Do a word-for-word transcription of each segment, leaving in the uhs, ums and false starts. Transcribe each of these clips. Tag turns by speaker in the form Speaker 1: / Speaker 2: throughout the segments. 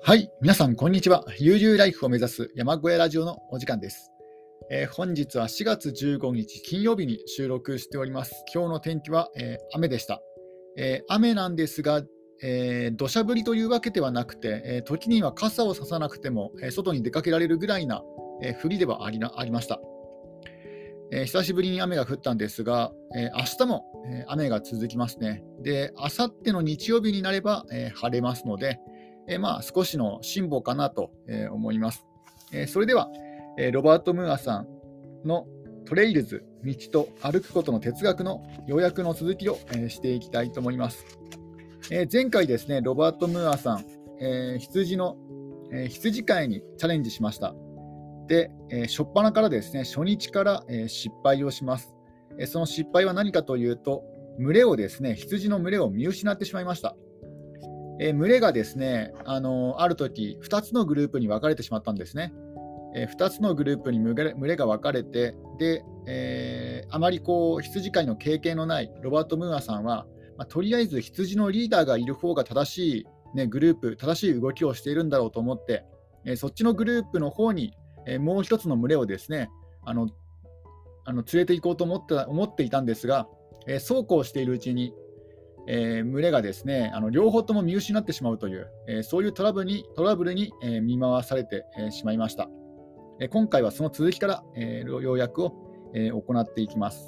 Speaker 1: はい、皆さん、こんにちは。悠々ライフを目指す山小屋ラジオのお時間です。えー本日はしがつじゅうごにち金曜日に収録しております。今日の天気は、えー雨でした。えー雨なんですが、えー土砂降りというわけではなくて、えー時には傘をささなくても、えー外に出かけられるぐらいな、えー降りではありなありました。えー久しぶりに雨が降ったんですが、えー明日も、えー雨が続きますね。で、明後日の日曜日になれば、えー晴れますので、えーまあ、少しの辛抱かなと、えー思います。えーそれでは、えーロバート・ムーアさんのトレイルズ、道と歩くことの哲学の要約の続きを、えーしていきたいと思います。えー前回ですね、ロバート・ムーアさん、えー羊の、えー羊飼いにチャレンジしました。で、えー初っ端からですね、初日から、えー失敗をします。えーその失敗は何かというと、群れをですね、羊の群れを見失ってしまいました。えー群れがですね、あのーある時ふたつのグループに分かれてしまったんですね。えーふたつのグループに群れ群れが分かれて、で、えーあまりこう羊飼いの経験のないロバート・ムーアさんは、まあ、とりあえず羊のリーダーがいる方が正しい、ね、グループ、正しい動きをしているんだろうと思って、えーそっちのグループの方に、えーもう一つの群れをですね、あのあの連れて行こうと思って思っていたんですが、えーそうこうしているうちに、えー群れがですね、あの両方とも見失ってしまうという、えーそういうトラブルにトラブルに、えー見舞わされて、えーしまいました。えー今回はその続きから、えー要約を、えー行っていきます。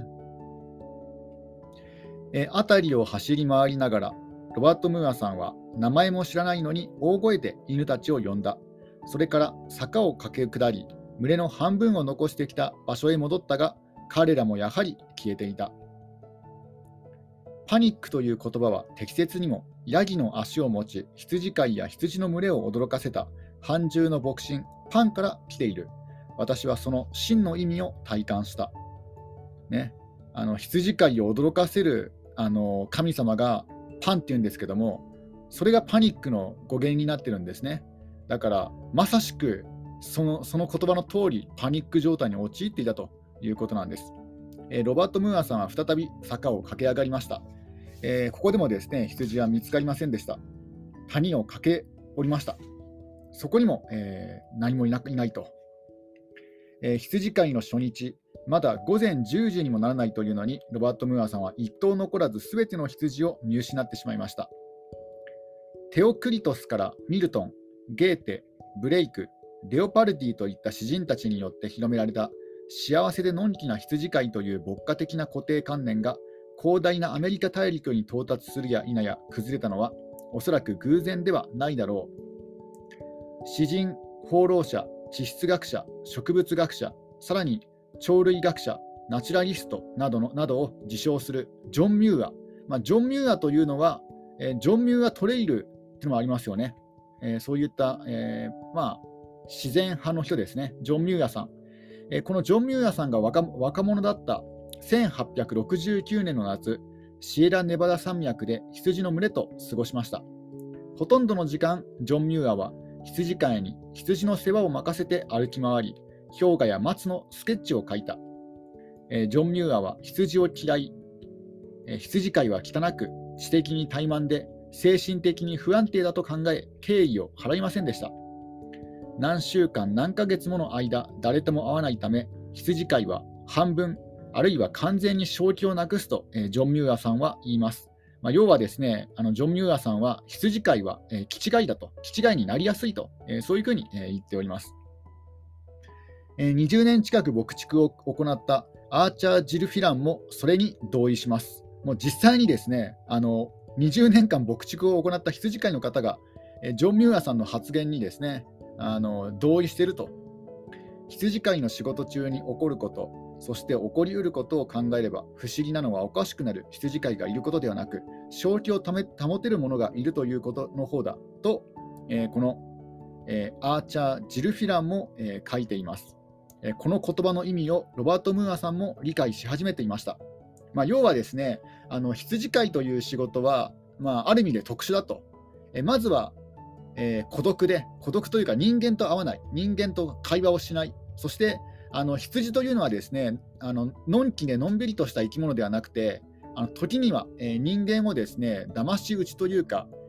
Speaker 1: えー辺りを走り回りながら、ロバート・ムーアさんは名前も知らないのに大声で犬たちを呼んだ。それから坂を駆け下り、群れの半分を残してきた場所へ戻ったが、彼らもやはり消えていた。パニックという言葉は適切にも、ヤギの足を持ち、羊飼いや羊の群れを驚かせた半獣の牧神、パンから来ている。私はその真の意味を体感した。ね、あの羊飼いを驚かせるあの神様がパンっていうんですけども、それがパニックの語源になってるんですね。だからまさしくそのその言葉の通り、パニック状態に陥っていたということなんです。えーロバート・ムーアさんは再び坂を駆け上がりました。えーここでもですね、羊は見つかりませんでした。谷を駆け下りました。そこにも、えー何もいなくいないと。えー羊飼いの初日、まだ午前じゅうじにもならないというのに、ロバート・ムーアさんは一頭残らず全ての羊を見失ってしまいました。テオクリトスからミルトン、ゲーテ、ブレイク、レオパルディといった詩人たちによって広められた幸せでのんきな羊飼いという牧歌的な固定観念が広大なアメリカ大陸に到達するや否や崩れたのはおそらく偶然ではないだろう。詩人、放浪者、地質学者、植物学者、さらに鳥類学者、ナチュラリストなどのなどを自称するジョン・ミューア、まあ、ジョン・ミューアというのは、えージョン・ミューア・トレイルというのもありますよね。えーそういった、えーまあ、自然派の人ですね、ジョン・ミューアさん。えーこのジョン・ミューアさんが若若者だったせんはっぴゃくろくじゅうきゅうねんの夏、シエラネバダ山脈で羊の群れと過ごしました。ほとんどの時間、ジョン・ミューアは羊飼いに羊の世話を任せて歩き回り、氷河や松のスケッチを描いた。えージョン・ミューアは羊を嫌い、えー羊飼いは汚く、知的に怠慢で、精神的に不安定だと考え、敬意を払いませんでした。何週間、何ヶ月もの間、誰とも会わないため、羊飼いは半分、あるいは完全に正気をなくすと、えージョン・ミューアさんは言います。まあ、要はですね、あのジョン・ミューアさんは羊飼いは、えー、気違いだと、気違いになりやすいと、えーそういうふうに、えー言っております。えーにじゅうねん近く牧畜を行ったアーチャー・ジル・フィランもそれに同意します。もう実際にですね、あのにじゅうねんかん牧畜を行った羊飼いの方が、えージョン・ミューアさんの発言にですね、あの同意していると。羊飼いの仕事中に起こること、そして起こりうることを考えれば、不思議なのはおかしくなる羊飼いがいることではなく、正気をため保てる者がいるということの方だと、えーこの、えーアーチャー・ジル・フィランも、えー書いています。えーこの言葉の意味をロバート・ムーアさんも理解し始めていました。まあ、要はですね、あの羊飼いという仕事は、まあ、ある意味で特殊だと。えーまずはえー孤独で、孤独というか人間と会わない、人間と会話をしない、そしてあの羊というのはですね、あののんきでのんびりとした生き物ではなくて、あの時には、えー人間をですね騙し討ちというか、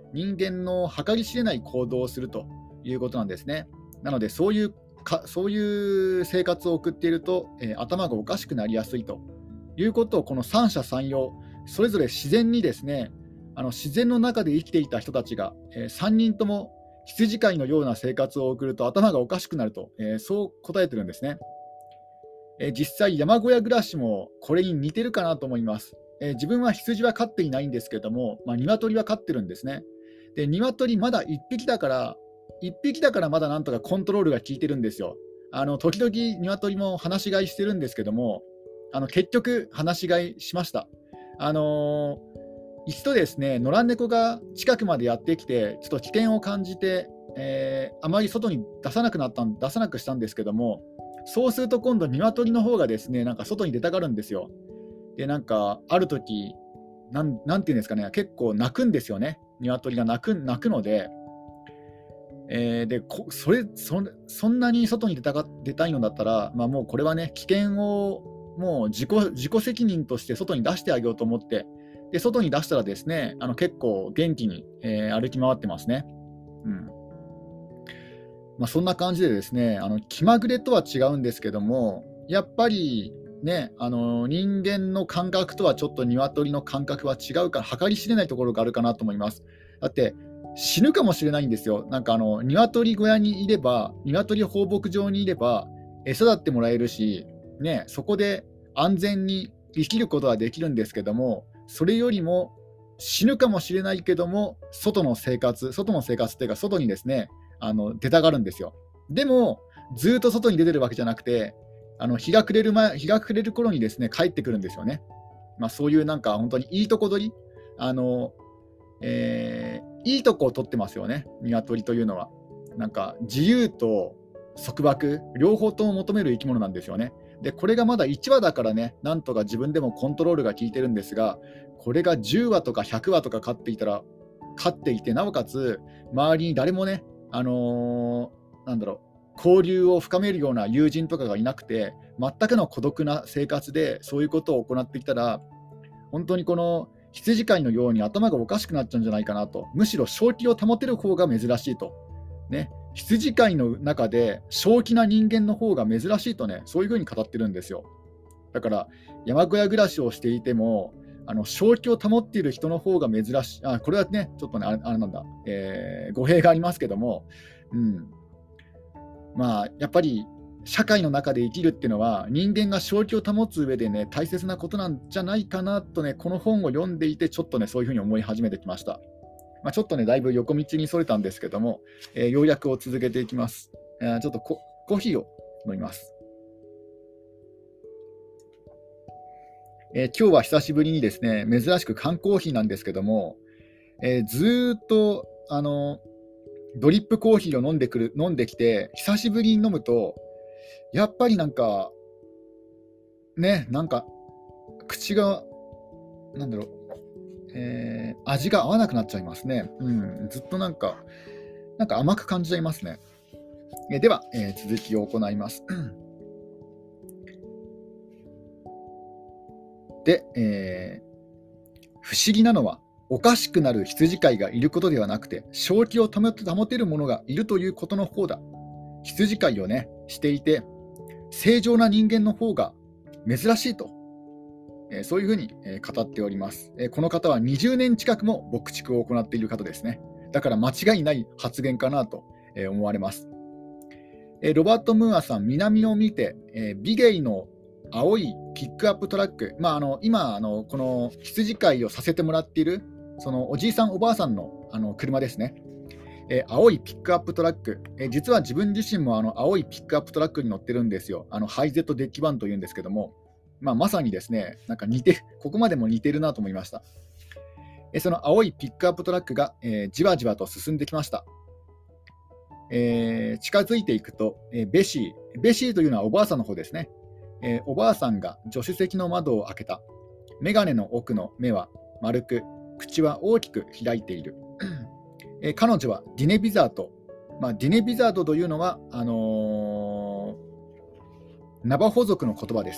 Speaker 1: 人間の計り知れない行動をするということなんですね。なのでそういうかそういう生活を送っていると、えー頭がおかしくなりやすいということを、この三者三様、それぞれ自然にですね、あの自然の中で生きていた人たちが、えーさんにんとも羊飼いのような生活を送ると頭がおかしくなると、えーそう答えてるんですね。えー実際、山小屋暮らしもこれに似てるかなと思います。えー自分は羊は飼っていないんですけれども、まあ、鶏は飼ってるんですね。で、鶏まだいっぴきだから、いっぴきだからまだなんとかコントロールが効いてるんですよ。あの時々、鶏も放し飼いしてるんですけども、あの結局、放し飼いしました。あのー一度ですね、野良猫が近くまでやってきて、ちょっと危険を感じて、えーあまり外に出さなくなったん出さなくしたんですけども、そうすると今度、鶏の方がですね、なんか外に出たがるんですよ。で、なんか、ある時なん、なんていうんですかね、結構鳴くんですよね、鶏が鳴く鳴くので、えーでこそれそそんなに外に出たが出たいのだったら、まあ、もうこれはね、危険をもう自己自己責任として外に出してあげようと思って、で外に出したらですね、あの結構元気に、えー歩き回ってますね。うんまあ、そんな感じでですね、あの気まぐれとは違うんですけども、やっぱりね、あの人間の感覚とはちょっと鶏の感覚は違うから、計り知れないところがあるかなと思います。だって死ぬかもしれないんですよ。なんかあの鶏小屋にいれば、鶏放牧場にいれば餌だってもらえるし、ね、そこで安全に生きることはできるんですけども、それよりも死ぬかもしれないけども、外の生活、外の生活っていうか、外にですね、あの出たがるんですよ。でも、ずっと外に出てるわけじゃなくて、あの日が暮れる前、日が暮れる頃にですね、帰ってくるんですよね。まあ、そういうなんか本当にいいとこ取り、あの、えーいいとこを取ってますよね、鶏というのは。なんか自由と束縛、両方とも求める生き物なんですよね。で、これがまだいちわだからね、なんとか自分でもコントロールが効いてるんですが、これがじゅうわとかひゃくわとか飼っていたら、飼っていて、なおかつ周りに誰もね、あのーなんだろう、交流を深めるような友人とかがいなくて、全くの孤独な生活でそういうことを行ってきたら、本当にこの羊飼いのように頭がおかしくなっちゃうんじゃないかなと、むしろ正気を保てる方が珍しいと、ね、羊飼いの中で正気な人間の方が珍しいとね、そういうふうに語ってるんですよ。だから山小屋暮らしをしていても、あの正気を保っている人の方が珍しい、あこれはね、ちょっとね、あれあれなんだ、えー語弊がありますけども、うん、まあ、やっぱり社会の中で生きるっていうのは、人間が正気を保つ上でね、大切なことなんじゃないかなとね、この本を読んでいて、ちょっとね、そういうふうに思い始めてきました。まあ、ちょっとね、だいぶ横道にそれたんですけども、えー、要約を続けていきます。えーちょっとココーヒーを飲みます。えー今日は久しぶりにですね、珍しく缶コーヒーなんですけども、えーずーっと、あの、ドリップコーヒーを飲んでくる、飲んできて、久しぶりに飲むと、やっぱりなんか、ね、なんか、口が、なんだろう、えー味が合わなくなっちゃいますね。うん、ずっとなんか、なんか甘く感じちゃいますね。えーでは、えー続きを行います。で、えー不思議なのは、おかしくなる羊飼いがいることではなくて、正気を保て保てる者がいるということの方だ。羊飼いをね、していて、正常な人間の方が珍しいと、えーそういうふうに、えー語っております、えーこの方はにじゅうねん近くも牧畜を行っている方ですね。だから間違いない発言かなと、えー思われます。えーロバート・ムーアさん、南を見て、えービゲイの青いピックアップトラック、まあ、あの今あの、この羊飼いをさせてもらっている、そのおじいさん、おばあさんの、あの車ですね。えー青いピックアップトラック、えー実は自分自身もあの青いピックアップトラックに乗ってるんですよ。あのハイゼットデッキバンというんですけども、まあ、まさにですね、なんか似て、ここまでも似てるなと思いました。えーその青いピックアップトラックが、えーじわじわと進んできました。えー近づいていくと、えーベシー、ベシーというのはおばあさんの方ですね。えーおばあさんが助手席の窓を開けた。メガネの奥の目は丸く、口は大きく開いている。えー彼女はディネビザート、まあ、ディネビザートというのはあのーナバホ族の言葉です。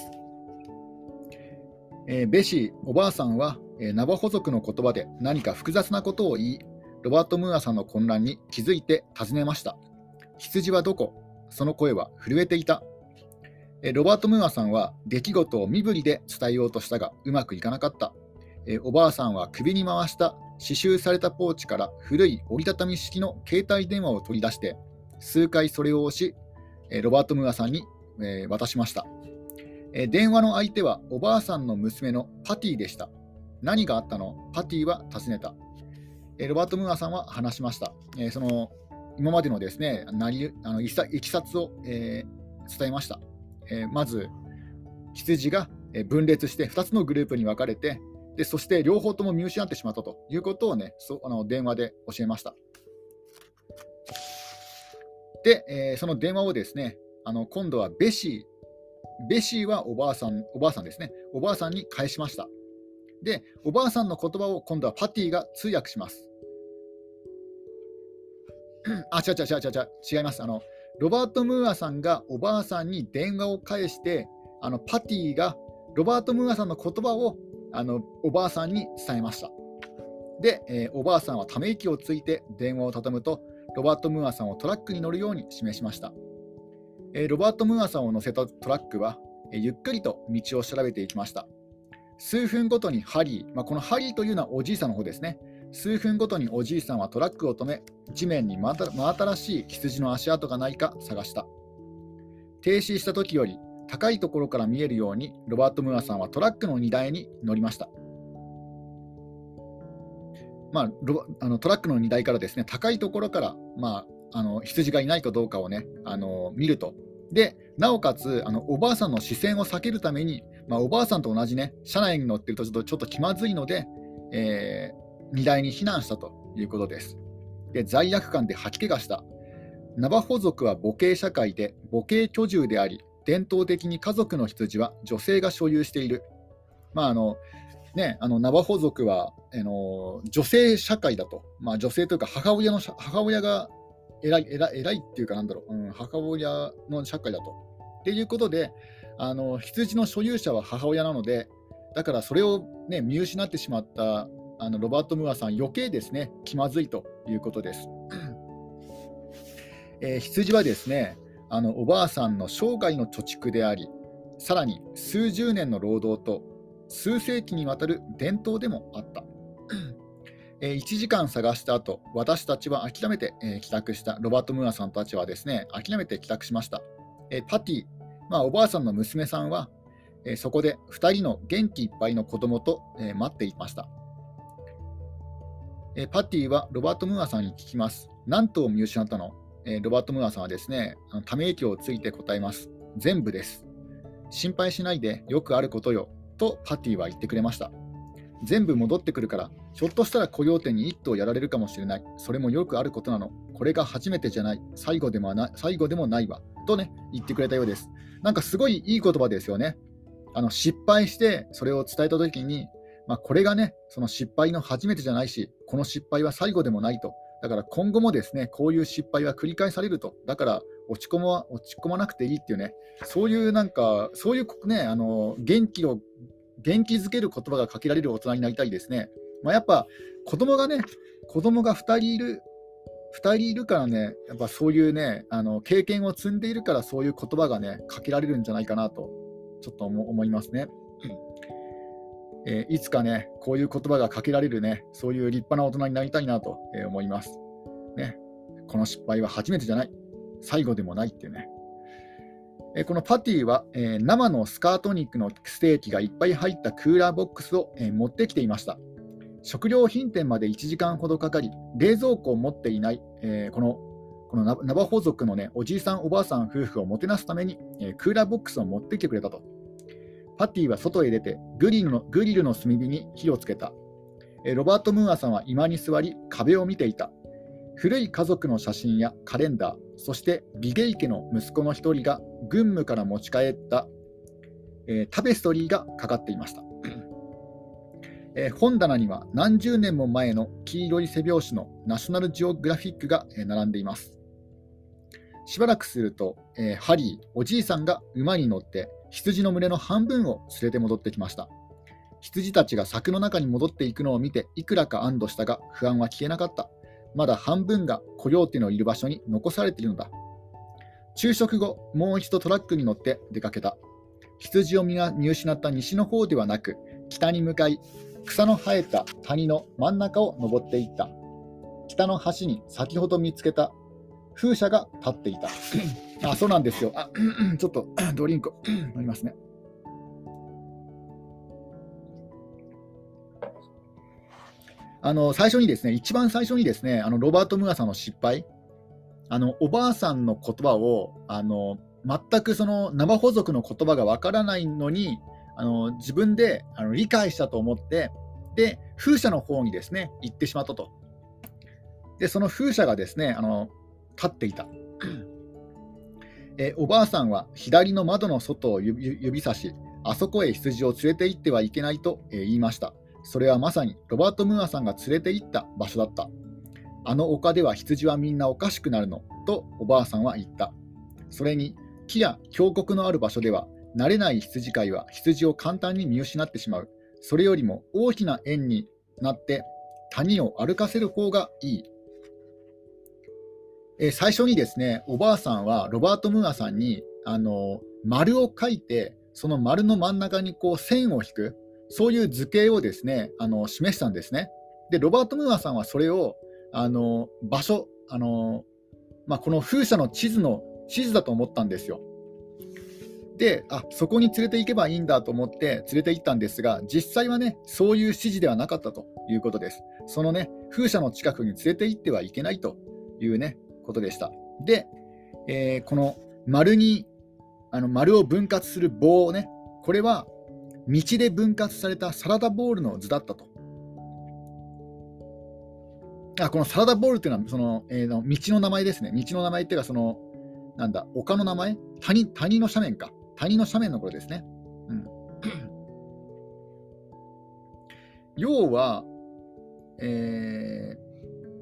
Speaker 1: えーベシー、おばあさんは、えーナバホ族の言葉で何か複雑なことを言い、 ロバート・ムーアさんの混乱に気づいて尋ねました。羊はどこ？その声は震えていた。えロバート・ムーアさんは出来事を身振りで伝えようとしたがうまくいかなかった。えおばあさんは首に回した刺繍されたポーチから古い折りたたみ式の携帯電話を取り出して数回それを押し、えロバート・ムーアさんに、え渡しました。え電話の相手はおばあさんの娘のパティでした。何があったの？パティは尋ねた。えロバート・ムーアさんは話しました。えその今までのですね、なりあのいさいきさつを、えー伝えました。えーまず、羊が分裂してふたつのグループに分かれて、でそして両方とも見失ってしまったということをね、そあの電話で教えました。で、えーその電話をですね、あの今度はベシー、ベシーはおばあさん、おばあさんですね、おばあさんに返しました。で、おばあさんの言葉を今度はパティが通訳します。あ、違う違う違う違う違う違います。あのロバート・ムーアさんがおばあさんに電話を返して、あのパティがロバート・ムーアさんの言葉をあのおばあさんに伝えました。で、えーおばあさんはため息をついて電話を畳むと、ロバート・ムーアさんをトラックに乗るように示しました。えーロバート・ムーアさんを乗せたトラックは、えーゆっくりと道を調べていきました。数分ごとにハリー、まあ、このハリーというのはおじいさんの方ですね。数分ごとにおじいさんはトラックを止め、地面に真新しい羊の足跡がないか探した。停止した時より高いところから見えるように、ロバート・ムーアさんはトラックの荷台に乗りました。まあ、ロあのトラックの荷台からですね、高いところから、まあ、あの羊がいないかどうかをね、あの見ると。で、なおかつあのおばあさんの視線を避けるために、まあ、おばあさんと同じね、車内に乗っているとちょっとちょっと気まずいので、えー荷台に避難したということです。で、罪悪感で吐き気がした。ナバホ族は母系社会で母系居住であり、伝統的に家族の羊は女性が所有している。まああのね、あのナバホ族はあの女性社会だと、まあ、女性というか母親の母親が偉い偉い偉いっていうかなんだろう、うん、母親の社会だと。っていうことで、あの羊の所有者は母親なので、だからそれを、ね、見失ってしまったあのロバート・ムーアさん、余計ですね、気まずいということです。えー羊はですね、あのおばあさんの生涯の貯蓄であり、さらに数十年の労働と数世紀にわたる伝統でもあった。えーいちじかん探した後、私たちは諦めて、えー帰宅した。ロバート・ムーアさんたちはですね、諦めて帰宅しました。えーパティ、まあ、おばあさんの娘さんは、えーそこでふたりの元気いっぱいの子供と、えー待っていました。えーパティはロバート・ムーアさんに聞きます。何頭見失ったの？えーロバート・ムーアさんはですね、あのため息をついて答えます。全部です。心配しないで、よくあることよ、とパティは言ってくれました。全部戻ってくるから、ひょっとしたらコヨーテに一頭やられるかもしれない。それもよくあることなの。これが初めてじゃない。最後でもな最後でもないわ。とね、言ってくれたようです。なんかすごいいい言葉ですよね。あの失敗してそれを伝えたときに、まあ、これがね、その失敗の初めてじゃないし、この失敗は最後でもないと。だから今後もですね、こういう失敗は繰り返されると。だから落ち込ま落ち込まなくていいっていうね、そういうなんか、そういうね、あの元気を元気づける言葉がかけられる大人になりたいですね。まあ、やっぱ子供がね、子供がふたりいる、ふたりいるからね、やっぱそういうね、あの経験を積んでいるから、そういう言葉がね、かけられるんじゃないかなと、ちょっと思思いますね。えーいつかね、こういう言葉がかけられるね、そういう立派な大人になりたいなとえー思います。ね、この失敗は初めてじゃない、最後でもないっていうね。えーこのパティは、えー生のスカート肉のステーキがいっぱい入ったクーラーボックスを、えー持ってきていました。食料品店までいちじかんほどかかり、冷蔵庫を持っていない、えーこのこのナナバホ族の、ね、おじいさんおばあさん夫婦をもてなすために、えークーラーボックスを持ってきてくれたと。パティは外へ出てグリルの、グリルの炭火に火をつけた。えーロバート・ムーアさんは居間に座り壁を見ていた。古い家族の写真やカレンダー、そしてビゲイ家の息子の一人が軍務から持ち帰った、えータペストリーがかかっていました。えー本棚には何十年も前の黄色い背表紙のナショナルジオグラフィックが、えー並んでいます。しばらくすると、えーハリー、おじいさんが馬に乗って羊の群れの半分を連れて戻ってきました。羊たちが柵の中に戻っていくのを見ていくらか安堵したが、不安は消えなかった。 まだ半分がコヨーテのいる場所に残されているのだ。昼食後、もう一度トラックに乗って出かけた。羊を見失った西の方ではなく、北に向かい、草の生えた谷の真ん中を登っていった。北の端に先ほど見つけた風車が立っていた。あ、そうなんですよ。あちょっとドリンク飲みますね。あの最初にですね、一番最初にですね、あのロバート・ムーアさんの失敗、あのおばあさんの言葉をあの全くそのナバホ族の言葉がわからないのに、あの自分であの理解したと思って、で風車の方にですね行ってしまったと。でその風車がですね、あの立っていた。えおばあさんは左の窓の外を指指さし、あそこへ羊を連れて行ってはいけないと、え言いました。それはまさにロバート・ムーアさんが連れて行った場所だった。あの丘では羊はみんなおかしくなるのとおばあさんは言った。それに木や峡谷のある場所では慣れない羊飼いは羊を簡単に見失ってしまう。それよりも大きな円になって谷を歩かせる方がいい。えー最初にですね、おばあさんはロバート・ムーアさんにあの丸を描いて、その丸の真ん中にこう線を引く、そういう図形をですね、あの示したんですね。で、ロバート・ムーアさんはそれをあの場所、あのまあ、この風車の地図の地図だと思ったんですよ。で、あ、そこに連れて行けばいいんだと思って連れて行ったんですが、実際はね、そういう指示ではなかったということです。そのね、風車の近くに連れて行ってはいけないというね、ことでした。で、えーこの丸に、あの丸を分割する棒をね、これは道で分割されたサラダボールの図だったと。あ、このサラダボールっていうのはその、えーの道の名前ですね。道の名前っていうか、そのなんだ、丘の名前、谷、谷の斜面か。谷の斜面のことですね。うん、要は、えー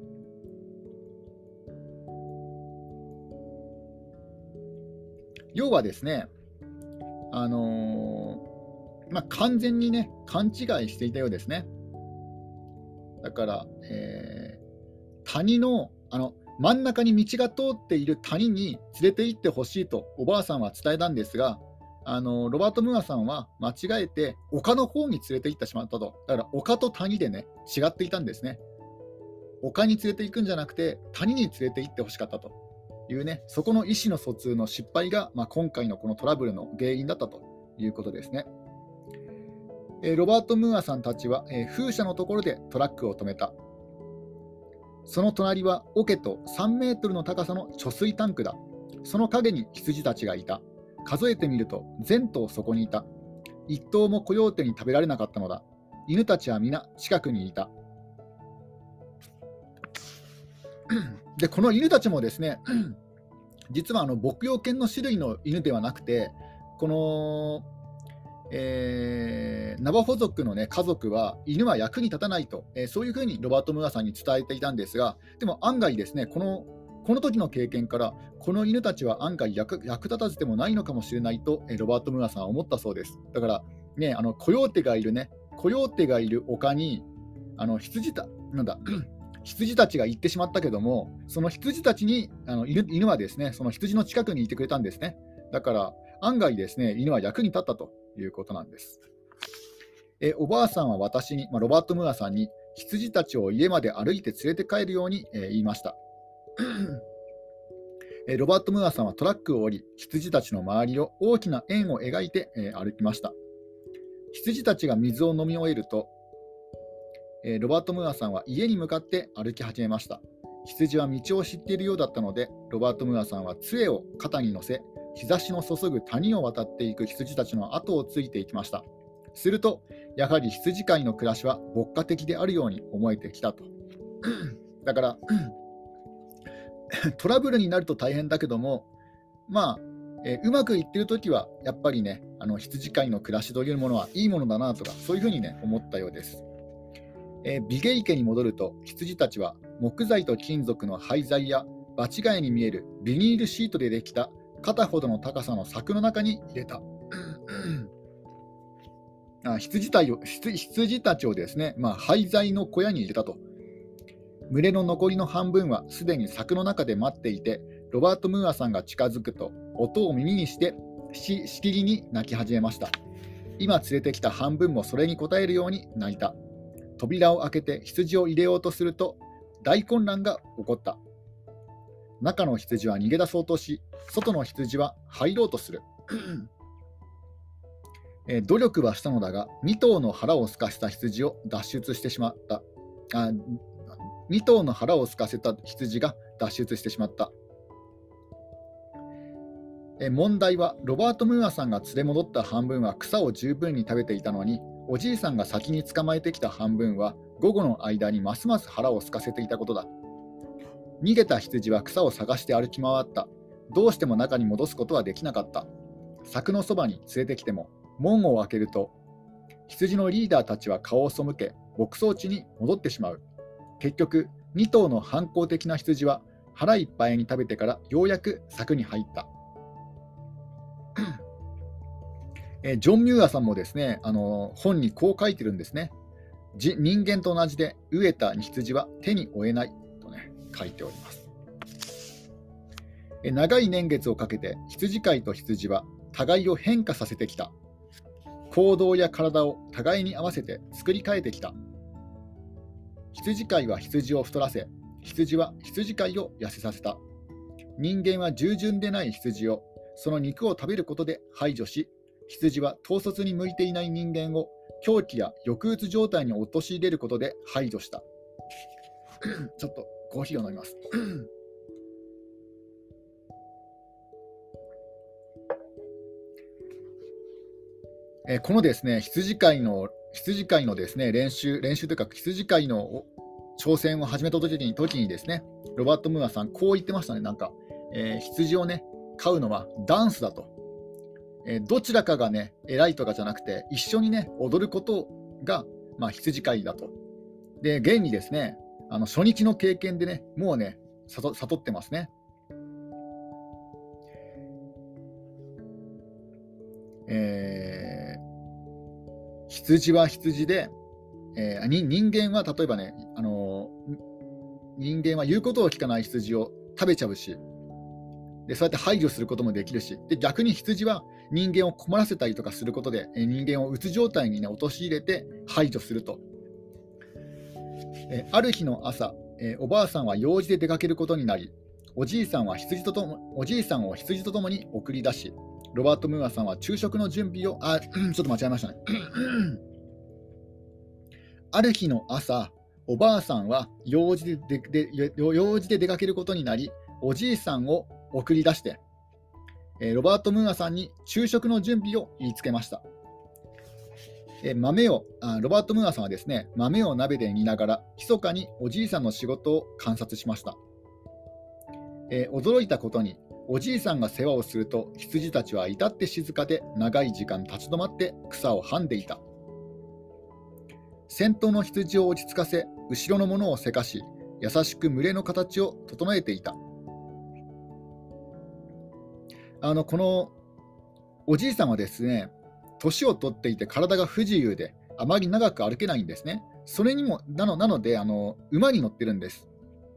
Speaker 1: 要はですね、あのーまあ、完全にね、勘違いしていたようですね。だから、えー谷の、あの真ん中に道が通っている谷に連れて行ってほしいとおばあさんは伝えたんですが、あのロバート・ムーアさんは間違えて丘の方に連れて行ってしまったと。だから丘と谷でね、違っていたんですね。丘に連れて行くんじゃなくて谷に連れて行ってほしかったというね、そこの意思の疎通の失敗が、まあ、今回のこのトラブルの原因だったということですね。えーロバート・ムーアさんたちは、えー風車のところでトラックを止めた。その隣は桶とさんメートルの高さの貯水タンクだ。その陰に羊たちがいた。数えてみると全頭そこにいた。一頭もコヨーテに食べられなかったのだ。犬たちは皆近くにいた。で、この犬たちもですね、実はあの牧羊犬の種類の犬ではなくて、この、えーナバホ族の、ね、家族は犬は役に立たないと、えーそういうふうにロバート・ムーアさんに伝えていたんですが、でも案外ですね、このこの時の経験から、この犬たちは案外役役立たずでもないのかもしれないと、えーロバート・ムーアさんは思ったそうです。だから、ね、あのコヨーテがいるね、コヨーテがいる丘に、あの羊たなんだ羊たちが行ってしまったけども、その羊たちにあの 犬, 犬はですね、その羊の近くにいてくれたんですね。だから案外ですね、犬は役に立ったということなんです。えおばあさんは私に、まあ、ロバート・ムーアさんに羊たちを家まで歩いて連れて帰るように、えー言いました。えロバート・ムーアさんはトラックを降り、羊たちの周りを大きな円を描いて、えー歩きました。羊たちが水を飲み終えると、えーロバート・ムーアさんは家に向かって歩き始めました。羊は道を知っているようだったので、ロバート・ムーアさんは杖を肩に乗せ、日差しの注ぐ谷を渡っていく羊たちの後をついていきました。すると、やはり羊飼いの暮らしは牧歌的であるように思えてきたと。だから、トラブルになると大変だけども、まあ、えーうまくいってるときは、やっぱりね、あの羊飼いの暮らしというものはいいものだなとか、そういうふうにね、思ったようです。えービゲイ家に戻ると、羊たちは木材と金属の廃材や場違いに見えるビニールシートでできた肩ほどの高さの柵の中に入れた。あ羊たちを羊羊たちをですね、まあ、廃材の小屋に入れたと。 群れの残りの半分はすでに柵の中で待っていて、ロバート・ムーアさんが近づくと音を耳にしてししきりに鳴き始めました。今連れてきた半分もそれに応えるように鳴いた。扉を開けて羊を入れようとすると大混乱が起こった。中の羊は逃げ出そうとし、外の羊は入ろうとする。えー努力はしたのだが、に頭の腹を空かせた羊を脱出してしまった。あに頭の腹を空かせた羊が脱出してしまった。えー問題は、ロバート・ムーアさんが連れ戻った半分は草を十分に食べていたのに、おじいさんが先に捕まえてきた半分は午後の間にますます腹を空かせていたことだ。逃げた羊は草を探して歩き回った。どうしても中に戻すことはできなかった。柵のそばに連れてきても、門を開けると、羊のリーダーたちは顔を背け、牧草地に戻ってしまう。結局、に頭の反抗的な羊は腹いっぱいに食べてからようやく柵に入った。えージョン・ミューアさんもですね、あの本にこう書いてるんですね。じ人間と同じで飢えた羊は手に負えないとね、書いております。えー長い年月をかけて羊飼いと羊は互いを変化させてきた。行動や体を互いに合わせて作り変えてきた。羊飼いは羊を太らせ、羊は羊飼いを痩せさせた。人間は従順でない羊をその肉を食べることで排除し、羊は統率に向いていない人間を狂気や抑うつ状態に陥れることで排除した。ちょっとコーヒーを飲みます。えーこのですね、羊飼いの羊飼いのですね、練習、練習というか、羊飼いのお挑戦を始めた時に時にですね、ロバート・ムーアさん、こう言ってましたね。なんか、えー羊をね、飼うのはダンスだと。えーどちらかがね、偉いとかじゃなくて、一緒にね、踊ることが、まあ、羊飼いだと。で、現にですね、あの初日の経験でね、もうね、悟悟ってますね。えー羊は羊で、えーに人間は例えばね、あの人間は言うことを聞かない羊を食べちゃうし、でそうやって排除することもできるし、で逆に羊は人間を困らせたりとかすることで、えー人間をうつ状態に、ね、陥れて排除すると。えーある日の朝、えーおばあさんは用事で出かけることになり、おじいさんは羊とともおじいさんを羊とともに送り出し、ロバート・ムーアさんは昼食の準備を、あ、ちょっと間違えましたね。ある日の朝、おばあさんは用事ででで用事で出かけることになり、おじいさんを送り出して、えーロバート・ムーアさんに昼食の準備を言いつけました。えー豆をあロバート・ムーアさんはですね、豆を鍋で煮ながら、密かにおじいさんの仕事を観察しました。えー驚いたことに、おじいさんが世話をすると、羊たちは至って静かで長い時間立ち止まって草をはんでいた。先頭の羊を落ち着かせ、後ろのものをせかし、優しく群れの形を整えていた。あのこのおじいさんはですね、年を取っていて体が不自由で、あまり長く歩けないんですね。それにもなのなのであの、馬に乗ってるんです。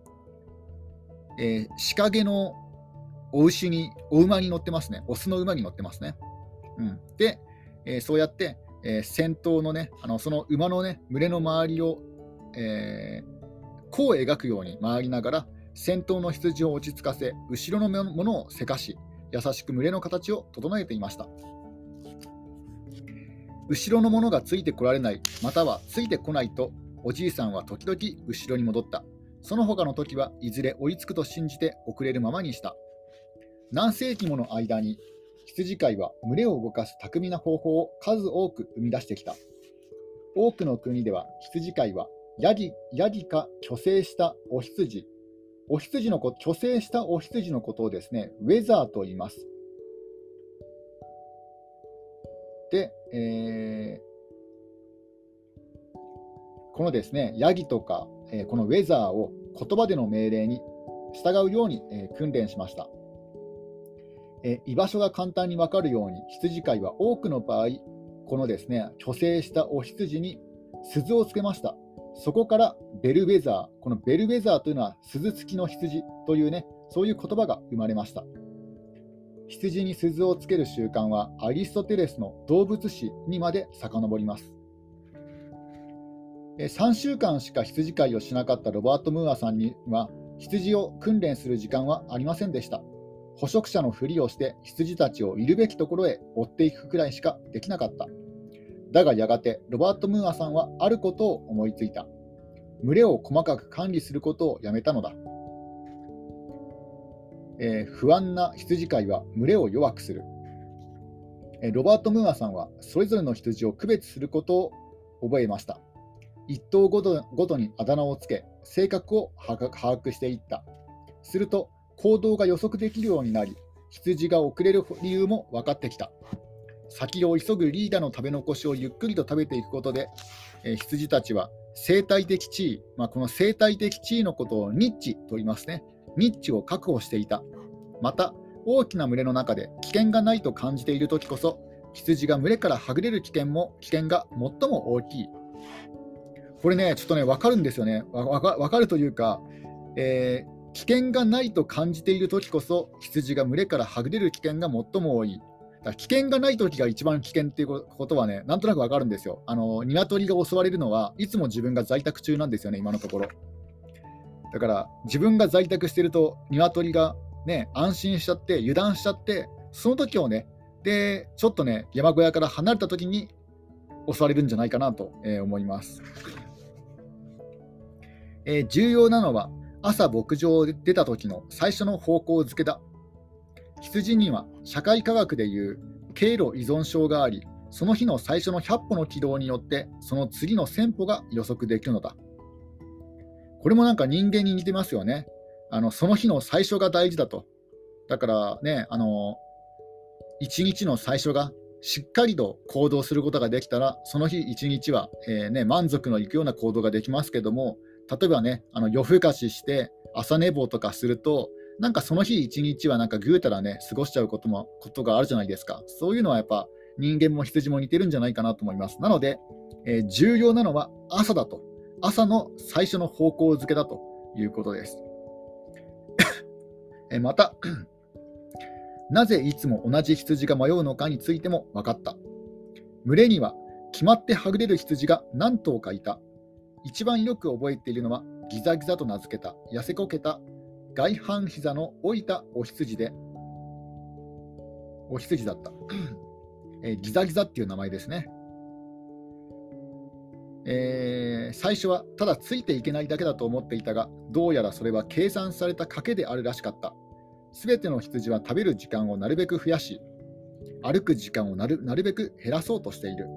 Speaker 1: えー、鹿毛のお牛に、お馬に乗ってますね。オスの馬に乗ってますね。うん、で、えーそうやって、えー先頭のね、あのその馬のね、群れの周りを、えー弧を描くように回りながら、先頭の羊を落ち着かせ、後ろのものをせかし、優しく群れの形を整えていました。後ろのものがついてこられない、またはついてこないと、おじいさんは時々後ろに戻った。その他の時はいずれ追いつくと信じて遅れるままにした。何世紀もの間に、羊飼いは群れを動かす巧みな方法を数多く生み出してきた。多くの国では羊飼いはヤギ、ヤギか去勢したお羊、お羊のこ去勢したお羊のことをですね、ウェザーと言います。で、えーこのですね、ヤギとか、えーこのウェザーを言葉での命令に従うように、えー訓練しました。えー居場所が簡単に分かるように、羊飼いは多くの場合、このですね、去勢したお羊に鈴をつけました。 そこからベルウェザー、このベルウェザーというのは鈴付きの羊というね、そういう言葉が生まれました。羊に鈴をつける習慣はアリストテレスの動物史にまで遡ります。さんしゅうかんしか羊飼いをしなかったロバート・ムーアさんには羊を訓練する時間はありませんでした。捕食者のふりをして羊たちをいるべきところへ追っていくくらいしかできなかった。だがやがてロバート・ムーアさんはあることを思いついた。群れを細かく管理することをやめたのだ。えー、不安な羊飼いは群れを弱くする。えー、ロバート・ムーアさんはそれぞれの羊を区別することを覚えました。一頭ごと、ごとにあだ名をつけ、性格を把握していった。すると行動が予測できるようになり、羊が遅れる理由も分かってきた。先を急ぐリーダーの食べ残しをゆっくりと食べていくことで、えー、羊たちは生態的地位、まあ、この生態的地位のことをニッチと言いますね。ニッチを確保していた。また、大きな群れの中で危険がないと感じているときこそ、羊が群れからはぐれる危険も危険が最も大きい。これね、ちょっとね、分かるんですよね。わわか、わかるというか、えー、危険がないと感じているときこそ、羊が群れからはぐれる危険が最も多い。だから危険がないときが一番危険っていうことはね、なんとなく分かるんですよ。あの、鶏が襲われるのはいつも自分が在宅中なんですよね、今のところ。だから自分が在宅していると鶏が、ね、安心しちゃって油断しちゃって、その時をね、でちょっとね山小屋から離れた時に襲われるんじゃないかなと、えー、思います。えー、重要なのは朝牧場を出た時の最初の方向づけだ。羊には社会科学でいう経路依存症があり、その日の最初のひゃっぽの軌道によってその次のせんぽが予測できるのだ。これもなんか人間に似てますよね。あのその日の最初が大事だと。だからね、あの一日の最初がしっかりと行動することができたら、その日一日は、えーね、満足のいくような行動ができますけども、例えばね、あの夜更かしして朝寝坊とかすると、なんかその日一日はなんかぐうたらね過ごしちゃうこともことがあるじゃないですか。そういうのはやっぱ人間も羊も似てるんじゃないかなと思います。なので、えー、重要なのは朝だと。朝の最初の方向づけだということです。えまたなぜいつも同じ羊が迷うのかについても分かった。群れには決まってはぐれる羊が何頭かいた。一番よく覚えているのはギザギザと名付けた痩せこけた外反膝の老いたお羊でお羊だった、えギザギザっていう名前ですね。えー、最初はただついていけないだけだと思っていたが、どうやらそれは計算された賭けであるらしかった。すべての羊は食べる時間をなるべく増やし、歩く時間をなる、なるべく減らそうとしている。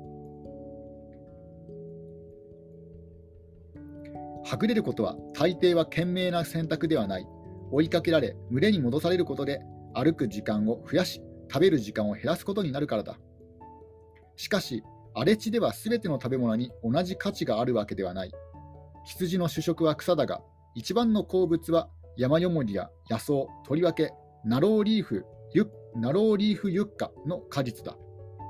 Speaker 1: はぐれることは大抵は賢明な選択ではない。追いかけられ群れに戻されることで歩く時間を増やし、食べる時間を減らすことになるからだ。しかし荒れ地ではすべての食べ物に同じ価値があるわけではない。羊の主食は草だが、一番の好物は山よもぎや野草、とりわけナローリーフユッナローリーフユッカの果実だ。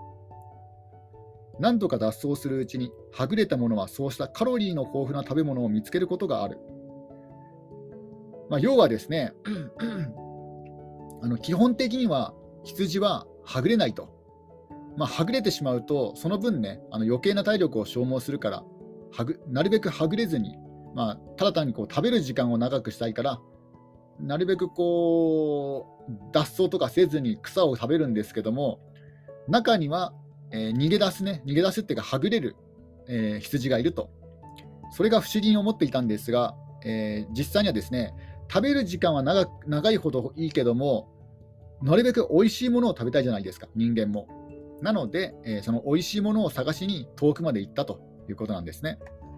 Speaker 1: 何度か脱走するうちにはぐれたものはそうしたカロリーの豊富な食べ物を見つけることがある。まあ、要はですねあの基本的には羊ははぐれないと。まあ、はぐれてしまうとその分ね、あの余計な体力を消耗するから、はぐなるべくはぐれずに、まあ、ただ単にこう食べる時間を長くしたいから、なるべくこう脱走とかせずに草を食べるんですけども、中には、えー、逃げ出すね逃げ出すっていうかはぐれる、えー、羊がいると。それが不思議に思っていたんですが、えー、実際にはですね、食べる時間は 長, 長いほどいいけども、なるべく美味しいものを食べたいじゃないですか、人間も。なので、えー、その美味しいものを探しに遠くまで行ったということなんですね。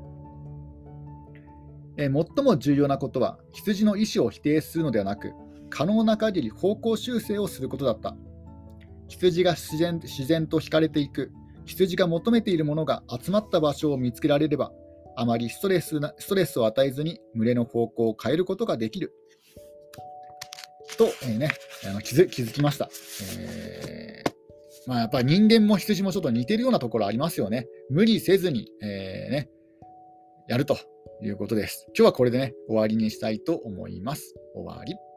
Speaker 1: えー、最も重要なことは羊の意思を否定するのではなく、可能な限り方向修正をすることだった。羊が自然、自然と惹かれていく、羊が求めているものが集まった場所を見つけられれば、あまりストレスなストレスを与えずに群れの方向を変えることができると、えーね、あの気づ、気づきました。えーまあ、やっぱり人間も羊もちょっと似てるようなところありますよね。無理せずに、えーねやるということです。今日はこれでね、終わりにしたいと思います。終わり。